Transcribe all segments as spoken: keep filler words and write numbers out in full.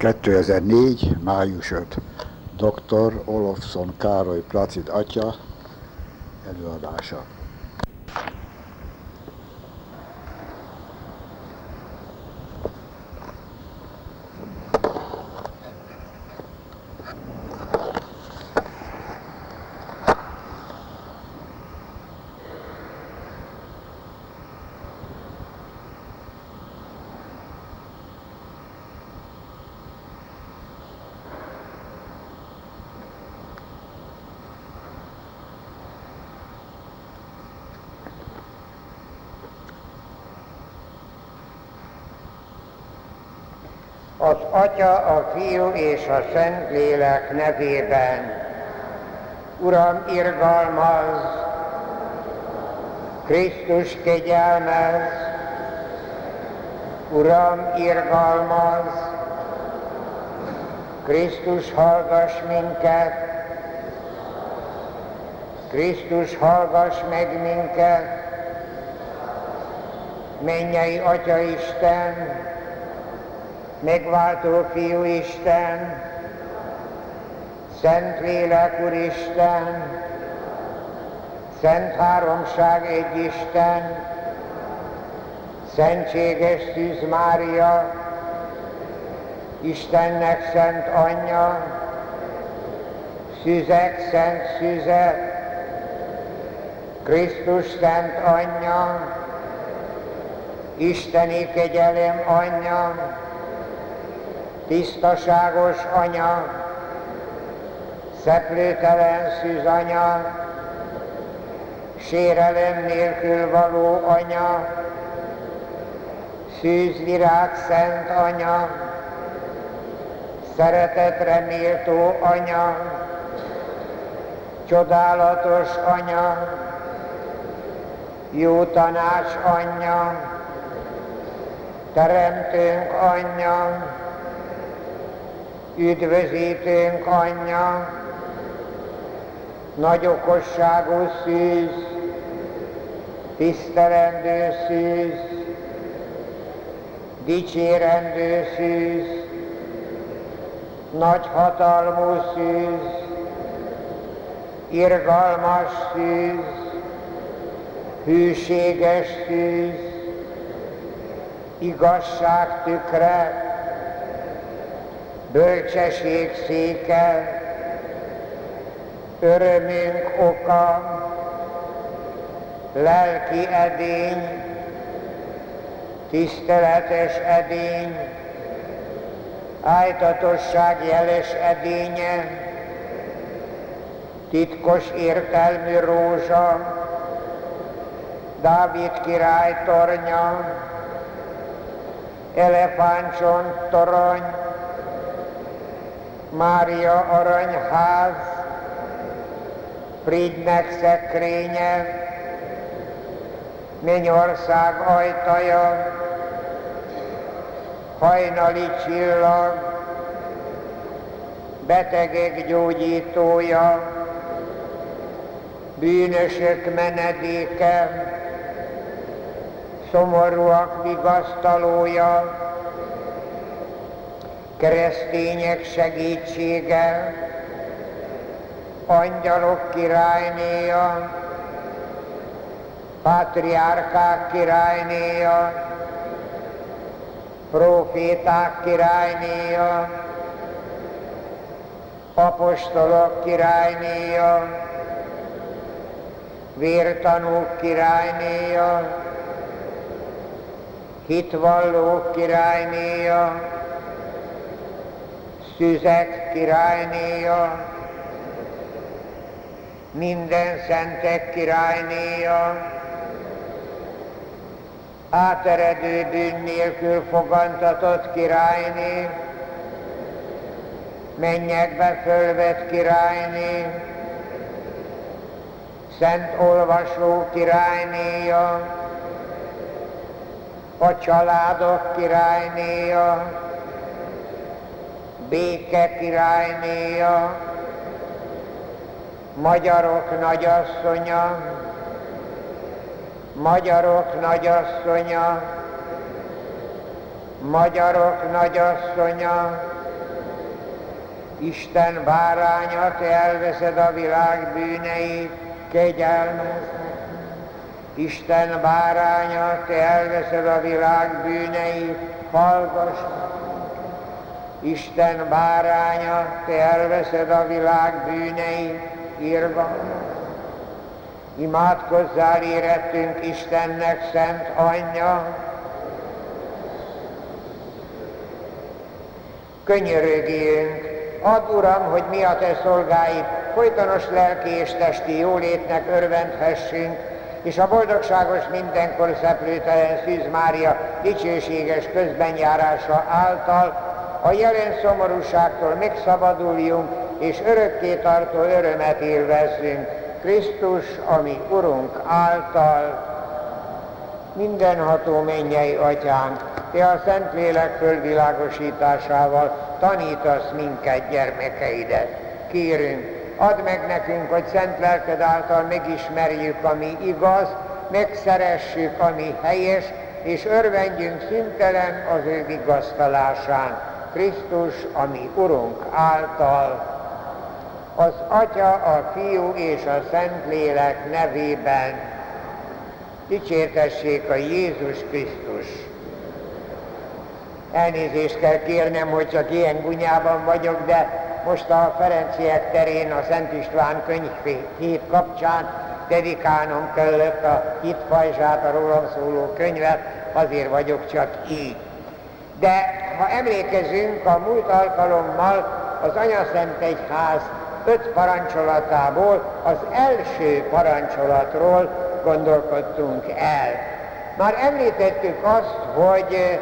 kétezer-négy. május ötödike. doktor Olofsson Károly Placid atya előadása. Az Atya, a Fiú és a Szentlélek nevében. Uram, irgalmaz, Krisztus kegyelmez, Uram, irgalmaz, Krisztus hallgass minket, Krisztus hallgass meg minket, mennyei Atya Isten, megváltó Fiú Isten, Szentlélek Úristen, Szent Háromság egy Isten, Szentséges Szűz Mária, Istennek szent anyja, szüzek szent szüze, Krisztus szent anyja, isteni kegyelem anyja, tisztaságos anya, szeplőtelen szűz anya, sérelem nélkül való anya, szűzvirág szent anya, szeretetre méltó anya, csodálatos anya, jó tanács anyja, teremtőnk anyja, üdvözítőnk anyja, nagy okosságú szűz, tisztelendő szűz, dicsérendő szűz, nagy hatalmú szűz, irgalmas szűz, hűséges szűz, igazság tükre, bölcsesség széke, örömünk oka, lelki edény, tiszteletes edény, ájtatosság jeles edénye, titkos értelmű rózsa, Dávid király tornya, elefántcsont torony, Mária aranyház, Frigynek szekrénye, mennyország ajtaja, hajnali csillag, betegek gyógyítója, bűnösök menedéke, szomorúak vigasztalója, keresztények segítsége, angyalok királynéja, pátriárkák királynéja, próféták királynéja, apostolok királynéja, vértanúk királynéja, hitvallók királynéja, szüzek királynéja, minden szentek királynéja, áteredő bűn nélkül fogantatott királyné, mennyekbe fölvett királyné, szent olvasó királynéja, a családok királynéja, béke királynéja, magyarok nagyasszonya, magyarok nagyasszonya, magyarok nagyasszonya, Isten báránya, te elveszed a világ bűneit, kegyelmezz nekünk. Isten báránya, te elveszed a világ bűneit, hallgass nekünk. Isten báránya, te elveszed a világ bűneit, irgalmaz. Imádkozzál érettünk Istennek, szent anyja. Könyörögjünk, add, Uram, hogy mi a te szolgáid folytonos lelki és testi jólétnek örvendhessünk, és a boldogságos mindenkor szeplőtelen Szűz Mária dicsőséges közbenjárása által a jelen szomorúságtól megszabaduljunk, és örökké tartó örömet élvezzünk. Krisztus, ami Urunk által. Mindenható mennyei Atyánk, te a Szentlélek fölvilágosításával tanítasz minket, gyermekeidet. Kérünk, add meg nekünk, hogy szent lelked által megismerjük, ami igaz, megszeressük, ami helyes, és örvendjünk szüntelen az ő vigasztalásán. Krisztus, ami Urunk által. Az Atya, a Fiú és a Szentlélek nevében dicsértessék a Jézus Krisztus. Elnézést kell kérnem, hogy csak ilyen gunyában vagyok, de most a Ferenciek terén a Szent István könyvhét kapcsán dedikálnom kellett a hitpajzsát, a rólam szóló könyvet, azért vagyok csak így. De ha emlékezünk, a múlt alkalommal az Anyaszent Egyház öt parancsolatából az első parancsolatról gondolkodtunk el. Már említettük azt, hogy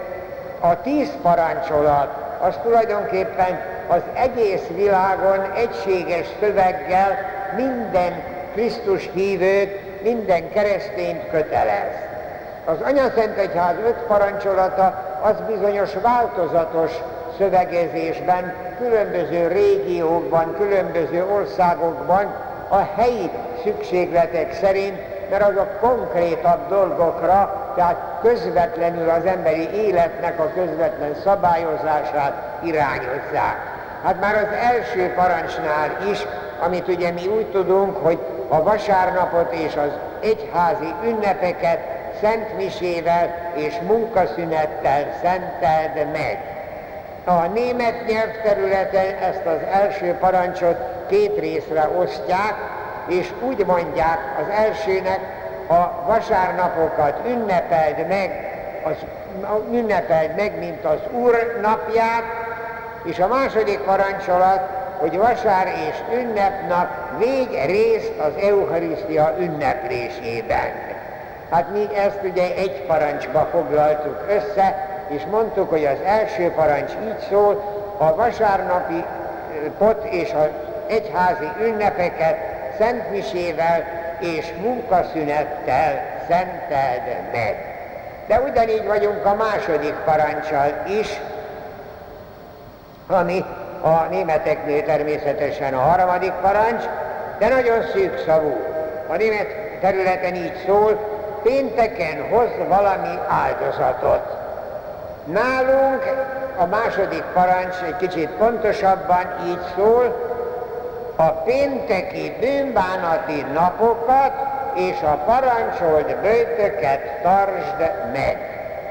a tíz parancsolat az tulajdonképpen az egész világon egységes szöveggel minden Krisztus hívőt, minden keresztényt kötelez. Az Anyaszent Egyház öt parancsolata az bizonyos változatos szövegezésben, különböző régiókban, különböző országokban a helyi szükségletek szerint, mert azok konkrétabb dolgokra, tehát közvetlenül az emberi életnek a közvetlen szabályozását irányozzák. Hát már az első parancsnál is, amit ugye mi úgy tudunk, hogy a vasárnapot és az egyházi ünnepeket szent misével és munkaszünettel szenteld meg. A német nyelvterületen ezt az első parancsot két részre osztják, és úgy mondják az elsőnek, a vasárnapokat ünnepeld meg, az, ünnepeld meg, mint az Úr napját, és a második parancsolat, hogy vasár és ünnepnap végy részt az Eucharisztia ünneplésében. Hát mi ezt ugye egy parancsba foglaltuk össze, és mondtuk, hogy az első parancs így szól, a vasárnapi pot és az egyházi ünnepeket szentmisével és munkaszünettel szenteld meg. De ugyanígy vagyunk a második parancsal is, ami a németeknél természetesen a harmadik parancs, de nagyon szűkszavú. A német területen így szól, pénteken hoz valami áldozatot. Nálunk a második parancs egy kicsit pontosabban így szól, a pénteki bűnbánati napokat és a parancsolt böjtöket tartsd meg.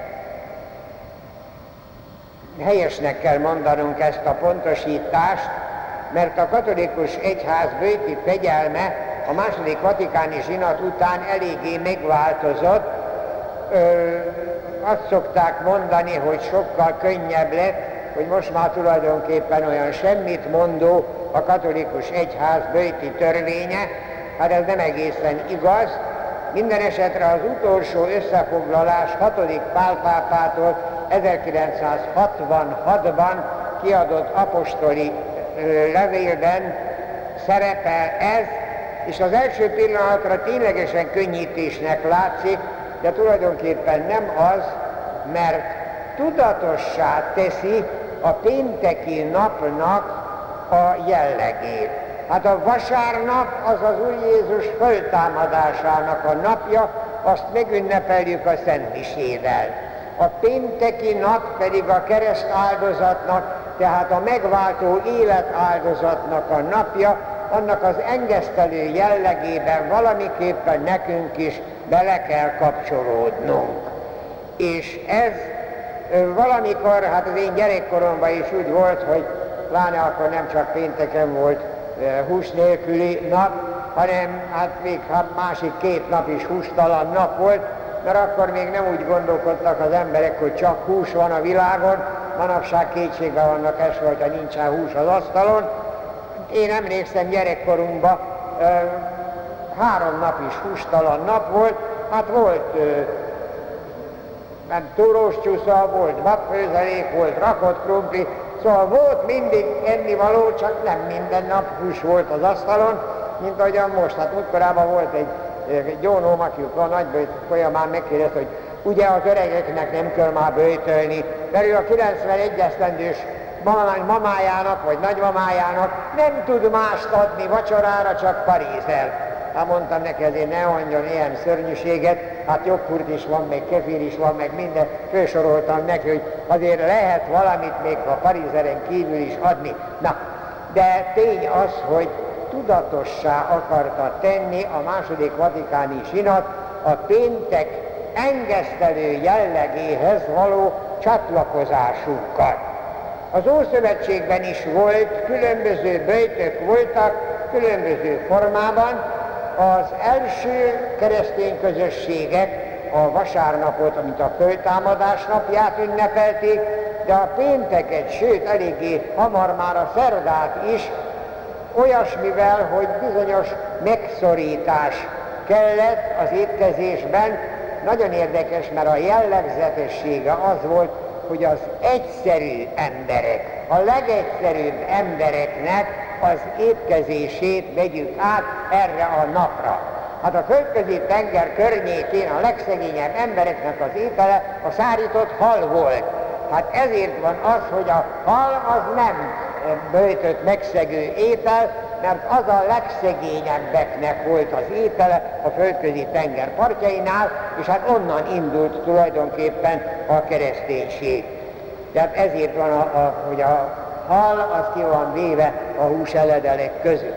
Helyesnek kell mondanunk ezt a pontosítást, mert a katolikus egyház böjti fegyelme a második vatikáni zsinat után eléggé megváltozott. Ö, azt szokták mondani, hogy sokkal könnyebb lett, hogy most már tulajdonképpen olyan semmit mondó a katolikus egyház böjti törvénye. Hát ez nem egészen igaz. Minden esetre az utolsó összefoglalás hatodik Pál pápától ezerkilencszázhatvanhatban kiadott apostoli levélben szerepel ez, és az első pillanatra ténylegesen könnyítésnek látszik, de tulajdonképpen nem az, mert tudatossá teszi a pénteki napnak a jellegét. Hát a vasárnap az az Úr Jézus föltámadásának a napja, azt megünnepeljük a Szent Misével. A pénteki nap pedig a kereszt áldozatnak tehát a megváltó életáldozatnak a napja, annak az engesztelő jellegében valamiképpen nekünk is bele kell kapcsolódnunk. És ez valamikor, hát az én gyerekkoromban is úgy volt, hogy pláne akkor nem csak pénteken volt hús nélküli nap, hanem hát még másik két nap is hústalan nap volt, mert akkor még nem úgy gondolkodtak az emberek, hogy csak hús van a világon, manapság kétségbe vannak esve, hogyha nincsen hús az asztalon. Én emlékszem gyerekkorunkban három nap is hústalan nap volt, hát volt nem túrós csúsza, volt vakfőzelék, volt rakott krumpli, szóval volt mindig ennivaló, csak nem minden nap hús volt az asztalon, mint ahogyan most. Hát múltkorában volt egy, egy gyónóm, aki a nagybőjt folyamán megkérdezte, hogy ugye az öregeknek nem kell már bőjtölni, mert ő a kilencvenegy esztendős mamájának vagy nagymamájának nem tud mást adni vacsorára, csak parízel. Hát mondtam neki, azért ne mondjon ilyen szörnyűséget, hát joghurt is van, meg kefir is van, meg minden, fősoroltam neki, hogy azért lehet valamit még a parízeren kívül is adni. Na, de tény az, hogy tudatossá akarta tenni a második vatikáni sinat a péntek engesztelő jellegéhez való csatlakozásunkat. Az Ószövetségben is volt, különböző böjtök voltak, különböző formában. Az első keresztény közösségek a vasárnapot, amit a föltámadás napját ünnepelték, de a pénteket, sőt eléggé hamar már a szerdát is, olyasmivel, hogy bizonyos megszorítás kellett az étkezésben. Nagyon érdekes, mert a jellegzetessége az volt, hogy az egyszerű emberek, a legegyszerűbb embereknek az étkezését vegyük át erre a napra. Hát a földközi tenger környékén a legszegényebb embereknek az étele a szárított hal volt. Hát ezért van az, hogy a hal az nem böjtött megszegő étel, mert az a legszegényebbeknek volt az étele a földközi tenger partjainál, és hát onnan indult tulajdonképpen a kereszténység. Tehát ezért van, a, a, hogy a hal az ki van véve a húseledelek közül.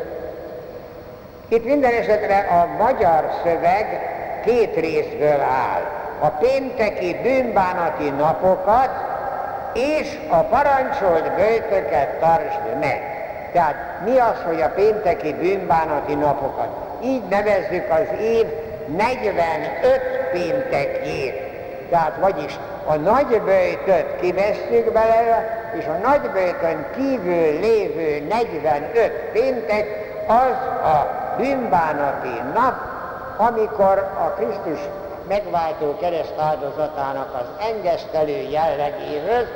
Itt minden esetre a magyar szöveg két részből áll. A pénteki bűnbánati napokat és a parancsolt böjtöket tartsd meg. Tehát mi az, hogy a pénteki bűnbánati napokat? Így nevezzük az év negyvenöt péntekjét. Tehát vagyis a nagyböjtöt kivesszük belőle, és a nagyböjtön kívül lévő negyvenöt péntek az a bűnbánati nap, amikor a Krisztus megváltó keresztáldozatának az engesztelő jellegéhez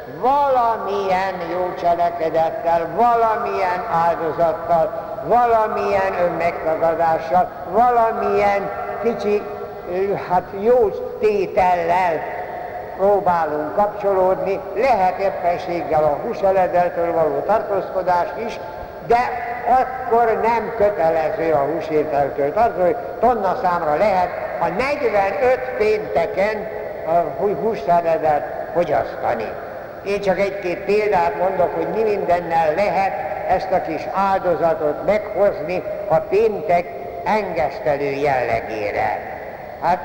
valamilyen jó cselekedettel, valamilyen áldozattal, valamilyen önmegtagadással, valamilyen kicsi hát jó tétellel próbálunk kapcsolódni, lehet éppenséggel a húseledeltől való tartózkodás is, de akkor nem kötelező a húsételtől tartózkodni, tonna számra lehet a negyvenöt pénteken a húseledelt fogyasztani. Én csak egy-két példát mondok, hogy mi mindennel lehet ezt a kis áldozatot meghozni a péntek engesztelő jellegére. Hát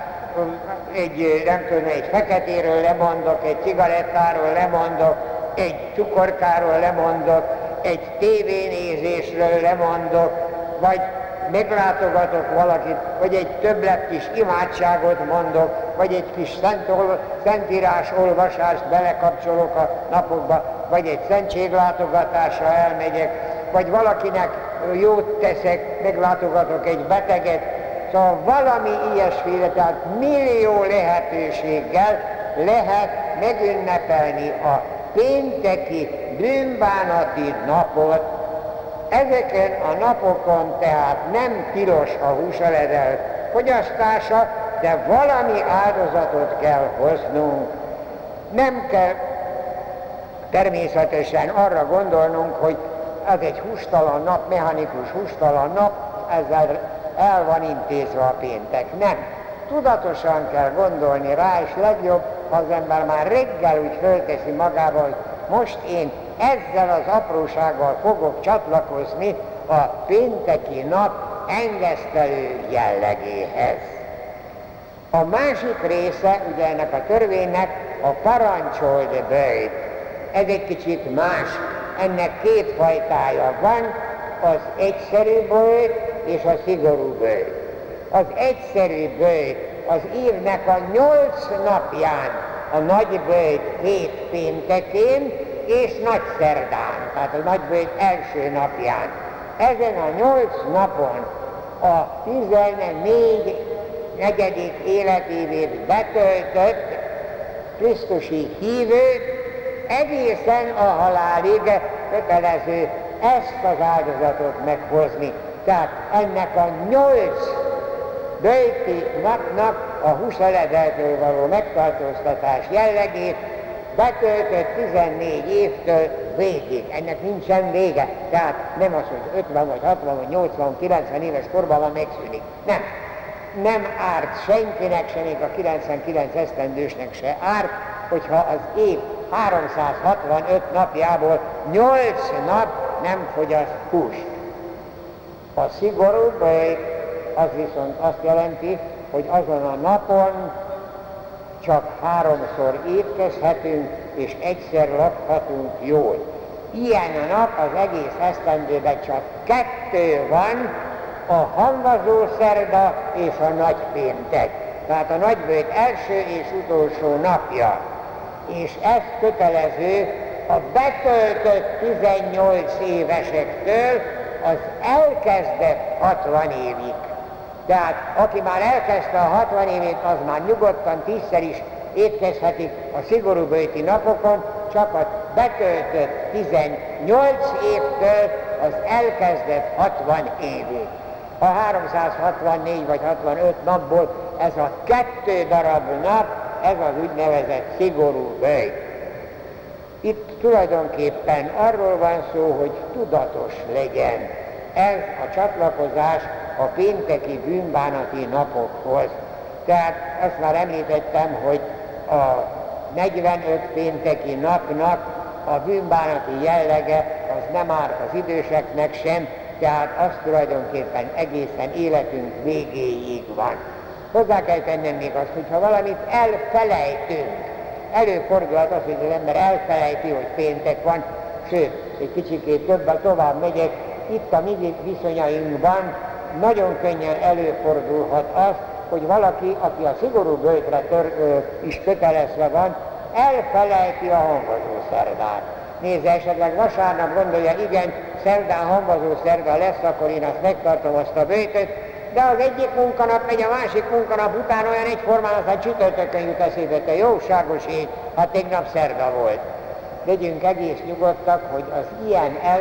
egy, nem tudom, egy feketéről lemondok, egy cigarettáról lemondok, egy cukorkáról lemondok, egy tévénézésről lemondok, vagy meglátogatok valakit, vagy egy többlet kis imádságot mondok, vagy egy kis szent, szentírás olvasást belekapcsolok a napokba, vagy egy szentséglátogatásra elmegyek, vagy valakinek jót teszek, meglátogatok egy beteget. Szóval valami ilyesféle, tehát millió lehetőséggel lehet megünnepelni a pénteki bűnbánati napot. Ezeken a napokon tehát nem tilos a húseledel fogyasztása, de valami áldozatot kell hoznunk. Nem kell természetesen arra gondolnunk, hogy ez egy hústalan nap, mechanikus hústalan nap, ezzel el van intézve a péntek. Nem. Tudatosan kell gondolni rá, és legjobb, ha az ember már reggel úgy fölteszi magával, hogy most én ezzel az aprósággal fogok csatlakozni a pénteki nap engesztelő jellegéhez. A másik része ugye ennek a törvénynek a parancsold böjt. Ez egy kicsit más. Ennek két fajtája van, az egyszerű böjt és a szigorú böjt. Az egyszerű böjt az évnek a nyolc napján, a nagy böjt hét péntekén és nagy szerdán, tehát a nagy böjt első napján. Ezen a nyolc napon a tizennégy negyedik életévét betöltött krisztusi hívők egészen a halálig kötelező ezt az áldozatot meghozni. Tehát ennek a nyolc böjti napnak a húseledeltől való megtartóztatás jellegét betöltött tizennégy évtől végig. Ennek nincsen vége. Tehát nem az, hogy ötven vagy hatvan vagy nyolcvan vagy kilencven éves korban van megszűnik. Nem. Nem árt senkinek, se még a kilencvenkilenc esztendősnek se árt, hogyha az év háromszázhatvanöt napjából nyolc nap nem fogyaszt húst. A szigorú böjt az viszont azt jelenti, hogy azon a napon csak háromszor étkezhetünk, és egyszer lakhatunk jól. Ilyen a nap az egész esztendőben csak kettő van, a hamvazó szerda és a nagypéntek. Tehát a nagyböjt első és utolsó napja. És ez kötelező a betöltött tizennyolc évesektől az elkezdett hatvan évig. Tehát aki már elkezdte a hatvan évét, az már nyugodtan tízszer is étkezhetik a szigorú böjti napokon, csak a betöltött tizennyolc évtől az elkezdett hatvan évig. A háromszázhatvannégy vagy hatvanöt napból ez a kettő darab nap, ez az úgynevezett szigorú böjt. Itt tulajdonképpen arról van szó, hogy tudatos legyen ez a csatlakozás a pénteki bűnbánati napokhoz. Tehát azt már említettem, hogy a negyvenöt pénteki napnak a bűnbánati jellege az nem árt az időseknek sem, tehát az tulajdonképpen egészen életünk végéig van. Hozzá kell tennem még azt, hogy ha valamit elfelejtünk, előfordulhat az, hogy az ember elfelejti, hogy péntek van, sőt, egy kicsikét többet tovább megyek, itt a mi viszonyainkban nagyon könnyen előfordulhat az, hogy valaki, aki a szigorú böjtre tör, ö, is kötelezve van, elfelejti a hamvazó szerdát. Nézze, esetleg vasárnap gondolja, igen, szerdán hamvazó szerda lesz, akkor én azt megtartom azt a böjtöt, de az egyik munkanap megy a másik munkanap után olyan egyformán, aztán csütörtökön jut eszébe, te jóságos ég, hát tegnap szerda volt. Legyünk egész nyugodtak, hogy az ilyen el